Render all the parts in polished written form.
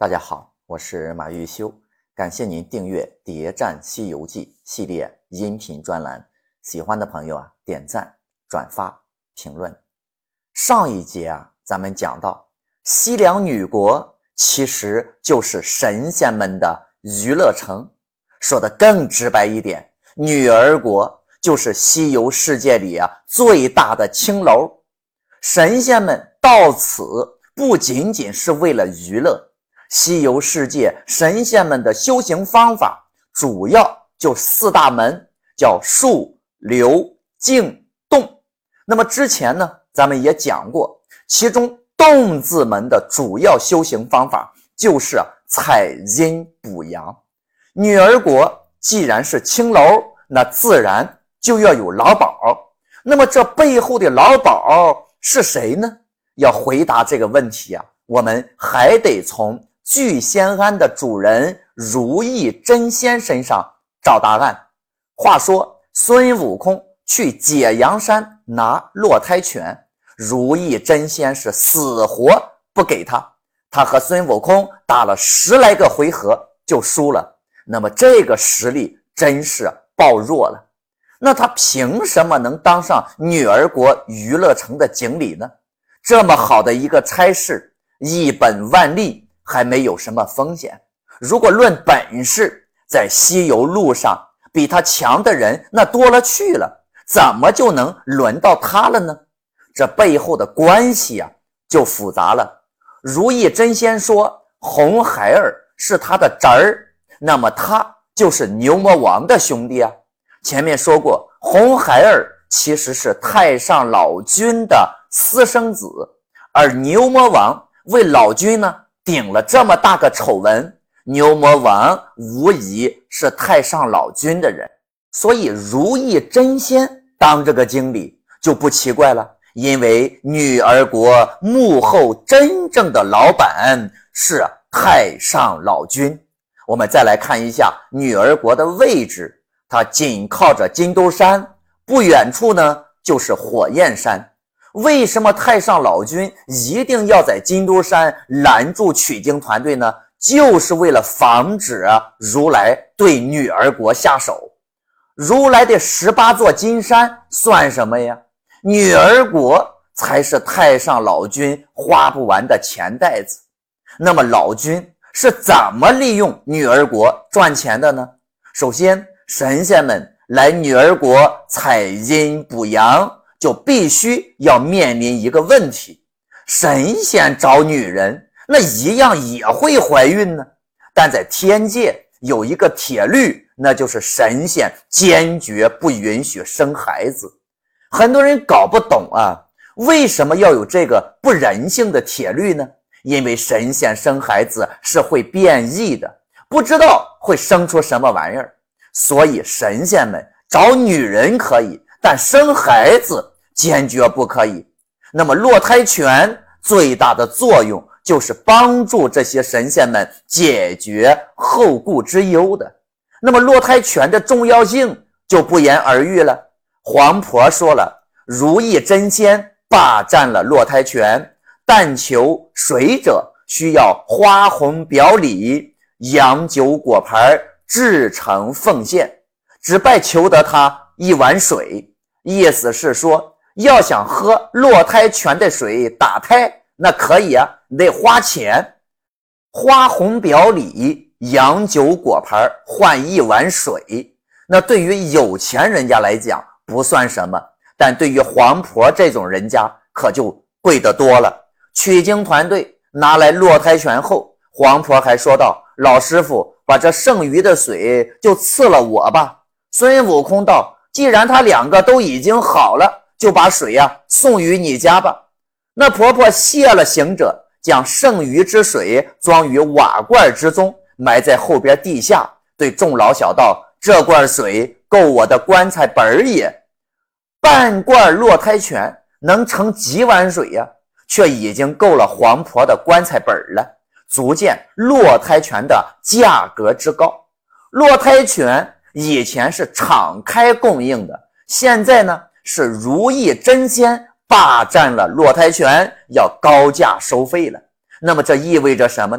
大家好，我是马玉修，感谢您订阅《谍战西游记》系列音频专栏。喜欢的朋友点赞、转发、评论。上一节咱们讲到西凉女国其实就是神仙们的娱乐城，说的更直白一点，女儿国就是西游世界里最大的青楼。神仙们到此不仅仅是为了娱乐，西游世界神仙们的修行方法主要就四大门，叫术、流、静、动。那么之前呢，咱们也讲过，其中动字门的主要修行方法就是采阴补阳。女儿国既然是青楼，那自然就要有老鸨。那么这背后的老鸨是谁呢？要回答这个问题我们还得从聚仙庵的主人如意真仙身上找答案。话说孙悟空去解阳山拿落胎拳，如意真仙是死活不给他和孙悟空打了10来个回合就输了。那么这个实力真是暴弱了。那他凭什么能当上女儿国娱乐城的经理呢？这么好的一个差事，一本万利，还没有什么风险。如果论本事，在西游路上比他强的人那多了去了，怎么就能轮到他了呢？这背后的关系就复杂了。如意真仙说红孩儿是他的侄儿，那么他就是牛魔王的兄弟前面说过，红孩儿其实是太上老君的私生子，而牛魔王为老君呢顶了这么大个丑闻，牛魔王无疑是太上老君的人，所以如意真仙当这个经理就不奇怪了，因为女儿国幕后真正的老板是太上老君。我们再来看一下女儿国的位置，它紧靠着金兜山，不远处呢就是火焰山。为什么太上老君一定要在金兜山拦住取经团队呢？就是为了防止如来对女儿国下手。如来的18座金山算什么呀？女儿国才是太上老君花不完的钱袋子。那么老君是怎么利用女儿国赚钱的呢？首先，神仙们来女儿国采阴补阳，就必须要面临一个问题，神仙找女人那一样也会怀孕呢。但在天界有一个铁律，那就是神仙坚决不允许生孩子。很多人搞不懂为什么要有这个不人性的铁律呢？因为神仙生孩子是会变异的，不知道会生出什么玩意儿，所以神仙们找女人可以，但生孩子坚决不可以。那么落胎拳最大的作用就是帮助这些神仙们解决后顾之忧的。那么落胎拳的重要性就不言而喻了。黄婆说了，如意真仙霸占了落胎拳，但求水者需要花红表里、洋酒果盘至诚奉献，只拜求得他一碗水。意思是说，要想喝落胎泉的水打胎，那可以你得花钱。花红表里、洋酒果盘换一碗水，那对于有钱人家来讲不算什么，但对于黄婆这种人家可就贵得多了。取经团队拿来落胎泉后，黄婆还说道，老师傅，把这剩余的水就赐了我吧。孙悟空道，既然他2个都已经好了，就把水送于你家吧。那婆婆谢了行者，将剩余之水装于瓦罐之中，埋在后边地下，对众老小道，这罐水够我的棺材本也。半罐落胎泉能盛几碗水却已经够了黄婆的棺材本了，足见落胎泉的价格之高。落胎泉以前是敞开供应的，现在呢是如意真仙霸占了落胎泉，要高价收费了。那么这意味着什么呢？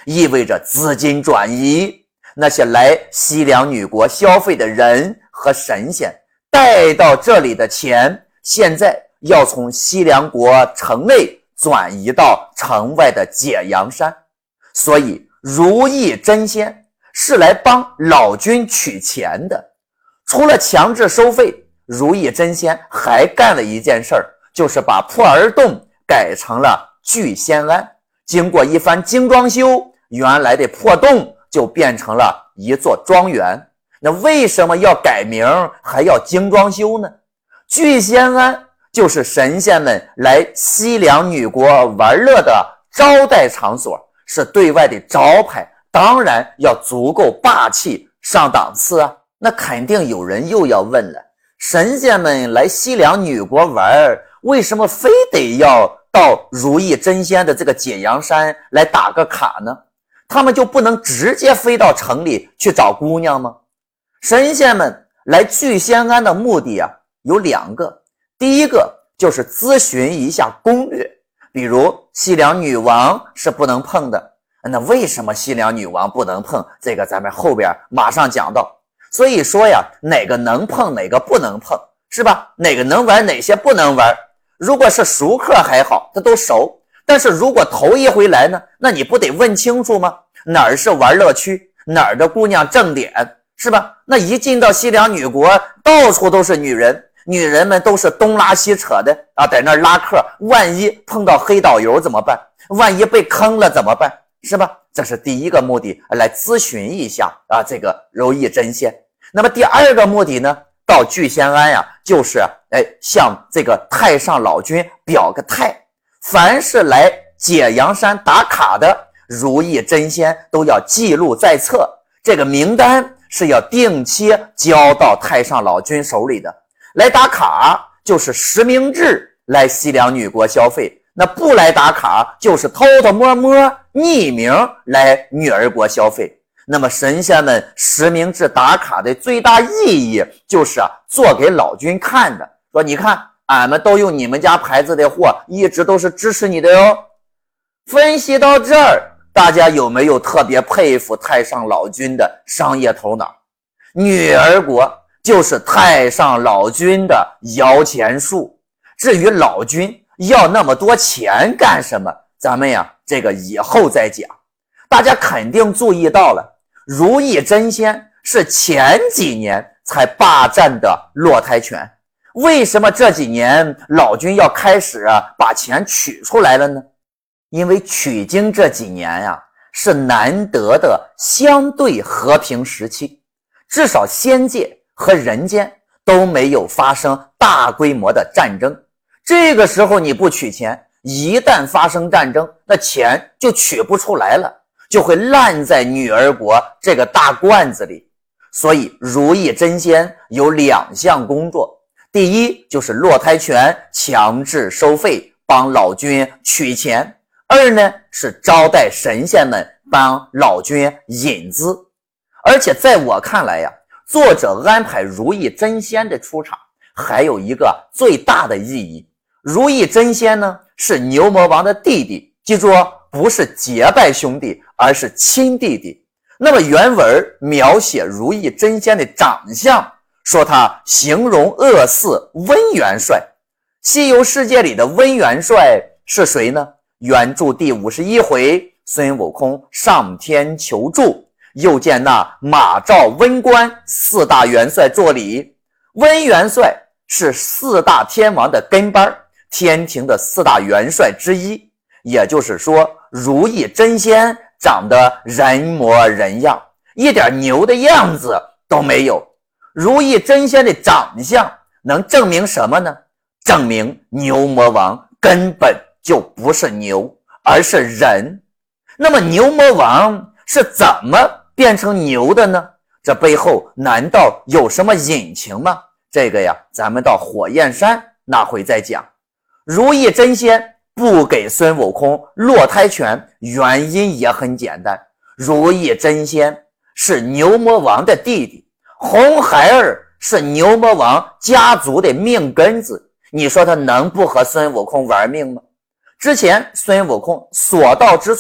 意味着资金转移。那些来西凉女国消费的人和神仙带到这里的钱，现在要从西凉国城内转移到城外的解阳山。所以如意真仙是来帮老君取钱的。除了强制收费，如意真仙还干了一件事儿，就是把破儿洞改成了聚仙庵。经过一番精装修，原来的破洞就变成了一座庄园。那为什么要改名还要精装修呢？聚仙庵就是神仙们来西凉女国玩乐的招待场所，是对外的招牌，当然要足够霸气上档次啊。那肯定有人又要问了，神仙们来西凉女国玩，为什么非得要到如意真仙的这个解阳山来打个卡呢？他们就不能直接飞到城里去找姑娘吗？神仙们来聚仙庵的目的啊有2个，第一个就是咨询一下攻略，比如西凉女王是不能碰的，那为什么西凉女王不能碰？这个咱们后边马上讲到。所以说呀，哪个能碰哪个不能碰，是吧？哪个能玩哪些不能玩。如果是熟客还好，他都熟，但是如果头一回来呢，那你不得问清楚吗？哪儿是玩乐区，哪儿的姑娘正点，是吧？那一进到西凉女国，到处都是女人，女人们都是东拉西扯的啊，在那儿拉客，万一碰到黑导游怎么办？万一被坑了怎么办？是吧？这是第一个目的，来咨询一下啊这个如意真仙。那么第二个目的呢，到聚仙庵呀，就是向这个太上老君表个态。凡是来解阳山打卡的如意真仙都要记录在册，这个名单是要定期交到太上老君手里的。来打卡就是实名制来西凉女国消费，那不来打卡就是偷偷摸摸匿名来女儿国消费。那么神仙们实名制打卡的最大意义就是做给老君看的，说你看俺们都用你们家牌子的货，一直都是支持你的哟。分析到这儿，大家有没有特别佩服太上老君的商业头脑？女儿国就是太上老君的摇钱树。至于老君要那么多钱干什么，咱们呀这个以后再讲。大家肯定注意到了，如意真仙是前几年才霸占的落胎权。为什么这几年老君要开始把钱取出来了呢？因为取经这几年呀，是难得的相对和平时期，至少仙界和人间都没有发生大规模的战争。这个时候你不取钱，一旦发生战争，那钱就取不出来了，就会烂在女儿国这个大罐子里。所以如意真仙有2项工作，第一就是落胎权强制收费，帮老君取钱；二呢是招待神仙们，帮老君引资。而且在我看来呀，作者安排如意真仙的出场还有一个最大的意义。如意真仙呢是牛魔王的弟弟，记住不是结拜兄弟，而是亲弟弟。那么原文描写如意真仙的长相，说他形容恶似温元帅。西游世界里的温元帅是谁呢？原著第51回，孙悟空上天求助，又见那马赵温官4大元帅作礼。温元帅是4大天王的跟班，天庭的4大元帅之一。也就是说，如意真仙长得人模人样，一点牛的样子都没有。如意真仙的长相能证明什么呢？证明牛魔王根本就不是牛，而是人。那么牛魔王是怎么变成牛的呢？这背后难道有什么隐情吗？这个呀，咱们到火焰山那回再讲。如意真仙不给孙悟空落胎权，原因也很简单，如意真仙是牛魔王的弟弟，红孩儿是牛魔王家族的命根子，你说他能不和孙悟空玩命吗？之前孙悟空所到之处，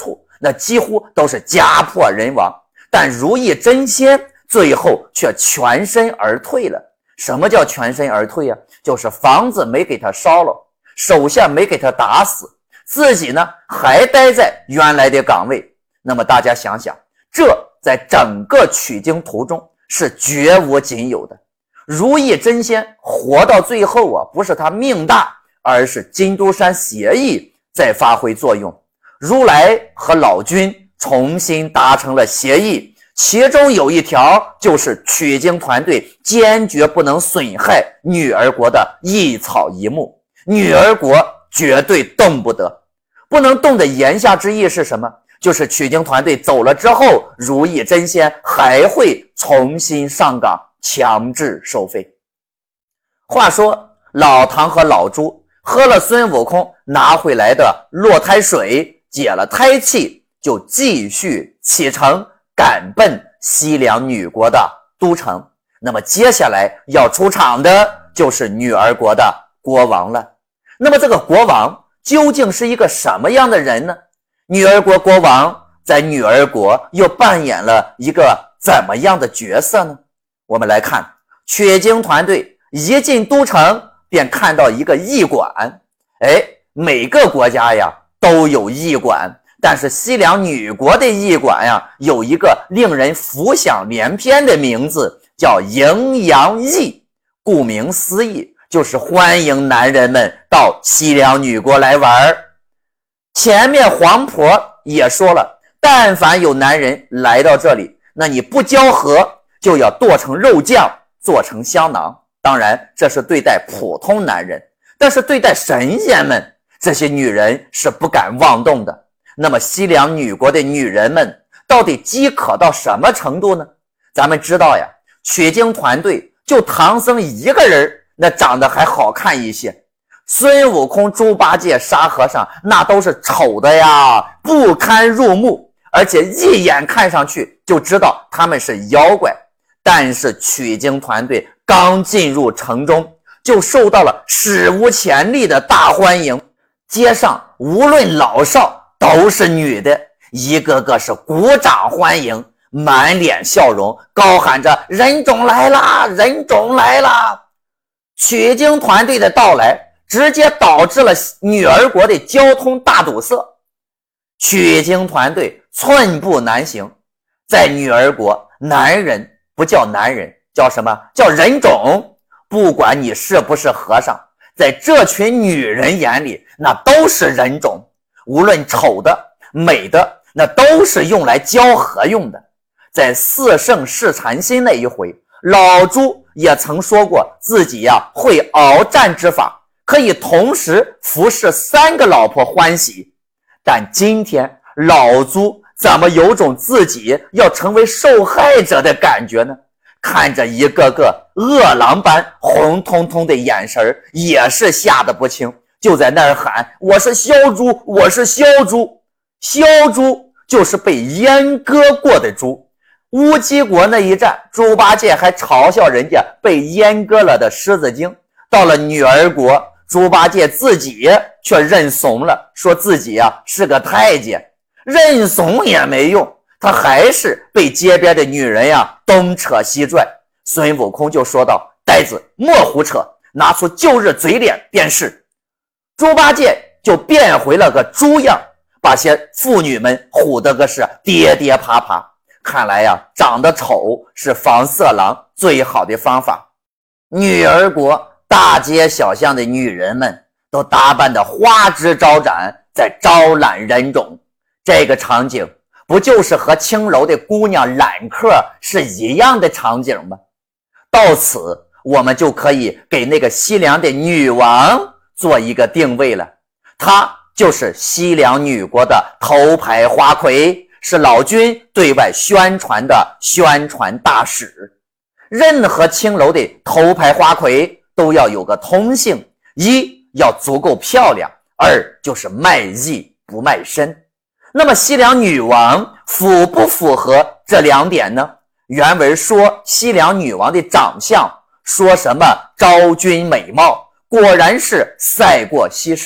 那几乎都是家破人亡。但如意真仙最后却全身而退了。什么叫全身而退啊？就是房子没给他烧了，手下没给他打死，自己呢还待在原来的岗位。那么大家想想，这在整个取经途中是绝无仅有的。如意真仙活到最后啊，不是他命大，而是金都山协议在发挥作用。如来和老君重新达成了协议，其中有一条就是取经团队坚决不能损害女儿国的一草一木，女儿国绝对动不得。不能动的言下之意是什么？就是取经团队走了之后，如意真仙还会重新上岗，强制收费。话说老唐和老朱喝了孙悟空拿回来的落胎水，解了胎气，就继续启程赶奔西凉女国的都城。那么接下来要出场的就是女儿国的国王了。那么这个国王究竟是一个什么样的人呢？女儿国国王在女儿国又扮演了一个怎么样的角色呢？我们来看，取经团队一进都城便看到一个驿馆。每个国家呀都有驿馆，但是西凉女国的驿馆呀有一个令人浮想联翩的名字，叫迎阳驿。顾名思义，就是欢迎男人们到西凉女国来玩。前面黄婆也说了，但凡有男人来到这里，那你不交合就要剁成肉酱，做成香囊。当然这是对待普通男人，但是对待神仙们，这些女人是不敢妄动的。那么西凉女国的女人们到底饥渴到什么程度呢？咱们知道呀，取经团队就唐僧一个人，那长得还好看一些。孙悟空、猪八戒、沙和尚那都是丑的呀，不堪入目，而且一眼看上去就知道他们是妖怪。但是取经团队刚进入城中，就受到了史无前例的大欢迎，街上无论老少都是女的，一个个是鼓掌欢迎，满脸笑容，高喊着人种来啦，人种来啦。取经团队的到来直接导致了女儿国的交通大堵塞，取经团队寸步难行。在女儿国，男人不叫男人，叫什么？叫人种。不管你是不是和尚，在这群女人眼里，那都是人种。无论丑的美的，那都是用来交合用的。在四圣试禅心那一回，老朱也曾说过自己会鏖战之法，可以同时服侍3个老婆欢喜。但今天老朱怎么有种自己要成为受害者的感觉呢？看着一个个饿狼般红彤彤的眼神，也是吓得不轻，就在那儿喊我是枭猪，我是枭猪。枭猪就是被阉割过的猪。乌鸡国那一战，猪八戒还嘲笑人家被阉割了的狮子精。到了女儿国，猪八戒自己却认怂了，说自己是个太监。认怂也没用，他还是被街边的女人东扯西拽。孙悟空就说道，呆子莫胡扯，拿出旧日嘴脸便是。猪八戒就变回了个猪样，把些妇女们唬得个是跌跌爬爬。看来长得丑是防色狼最好的方法。女儿国大街小巷的女人们都打扮得花枝招展，在招揽人种。这个场景不就是和青楼的姑娘揽客是一样的场景吗？到此我们就可以给那个西凉的女王做一个定位了，她就是西凉女国的头牌花魁，是老君对外宣传的宣传大使。任何青楼的头牌花魁都要有个通性，一要足够漂亮，二就是卖艺不卖身。那么西凉女王符不符合这2点呢？原文说西凉女王的长相，说什么昭君美貌，果然是赛过西施。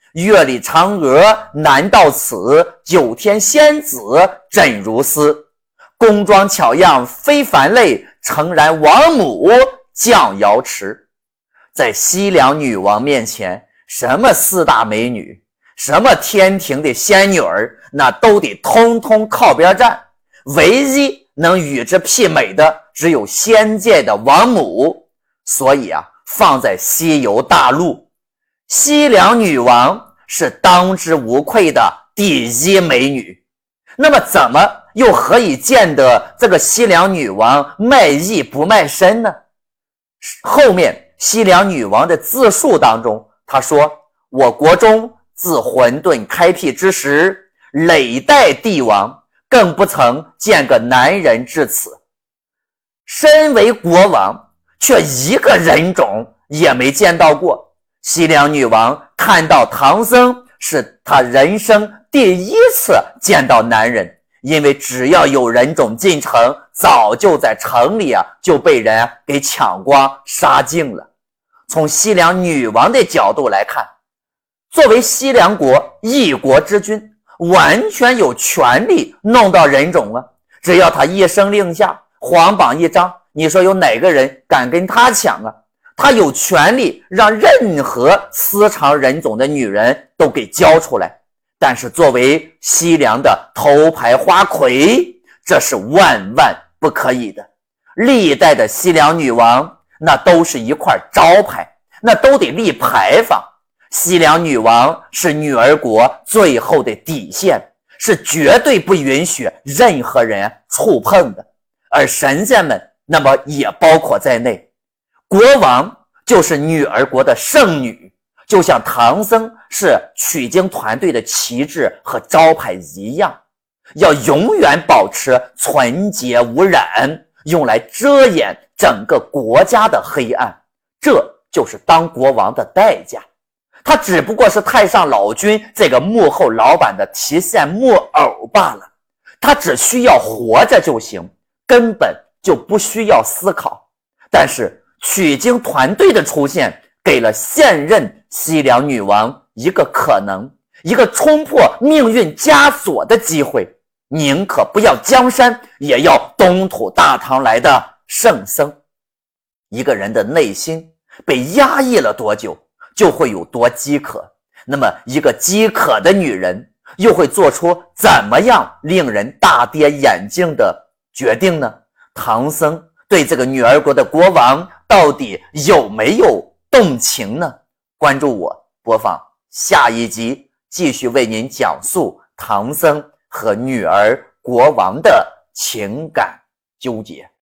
月里嫦娥难到此，九天仙子枕如丝。宫装巧样非凡类，诚然王母降瑶池。在西凉女王面前，什么四大美女，什么天庭的仙女儿，那都得通通靠边站。唯一能与之媲美的，只有仙界的王母。所以啊，放在西游大陆，西凉女王是当之无愧的第一美女。那么怎么又何以见得这个西凉女王卖艺不卖身呢？后面西凉女王的自述当中，她说，我国中自混沌开辟之时，累代帝王，更不曾见个男人至此。身为国王，却一个人种也没见到过。西凉女王看到唐僧，是她人生第一次见到男人，因为只要有人种进城，早就在城里就被人给抢光杀尽了。从西凉女王的角度来看，作为西凉国一国之君，完全有权利弄到人种啊！只要他一声令下，皇榜一张，你说有哪个人敢跟他抢啊？他有权利让任何私藏人种的女人都给交出来。但是作为西凉的头牌花魁，这是万万不可以的。历代的西凉女王那都是一块招牌，那都得立牌坊。西凉女王是女儿国最后的底线，是绝对不允许任何人触碰的。而神仙们那么也包括在内。国王就是女儿国的圣女，就像唐僧是取经团队的旗帜和招牌一样，要永远保持纯洁无染，用来遮掩整个国家的黑暗。这就是当国王的代价。他只不过是太上老君这个幕后老板的提线木偶罢了。他只需要活着就行，根本就不需要思考。但是取经团队的出现，给了现任西凉女王一个可能，一个冲破命运枷锁的机会。宁可不要江山，也要东土大唐来的圣僧。一个人的内心被压抑了多久，就会有多饥渴。那么一个饥渴的女人又会做出怎么样令人大跌眼镜的决定呢？唐僧对这个女儿国的国王到底有没有动情呢？关注我，播放下一集，继续为您讲述唐僧和女儿国王的情感纠结。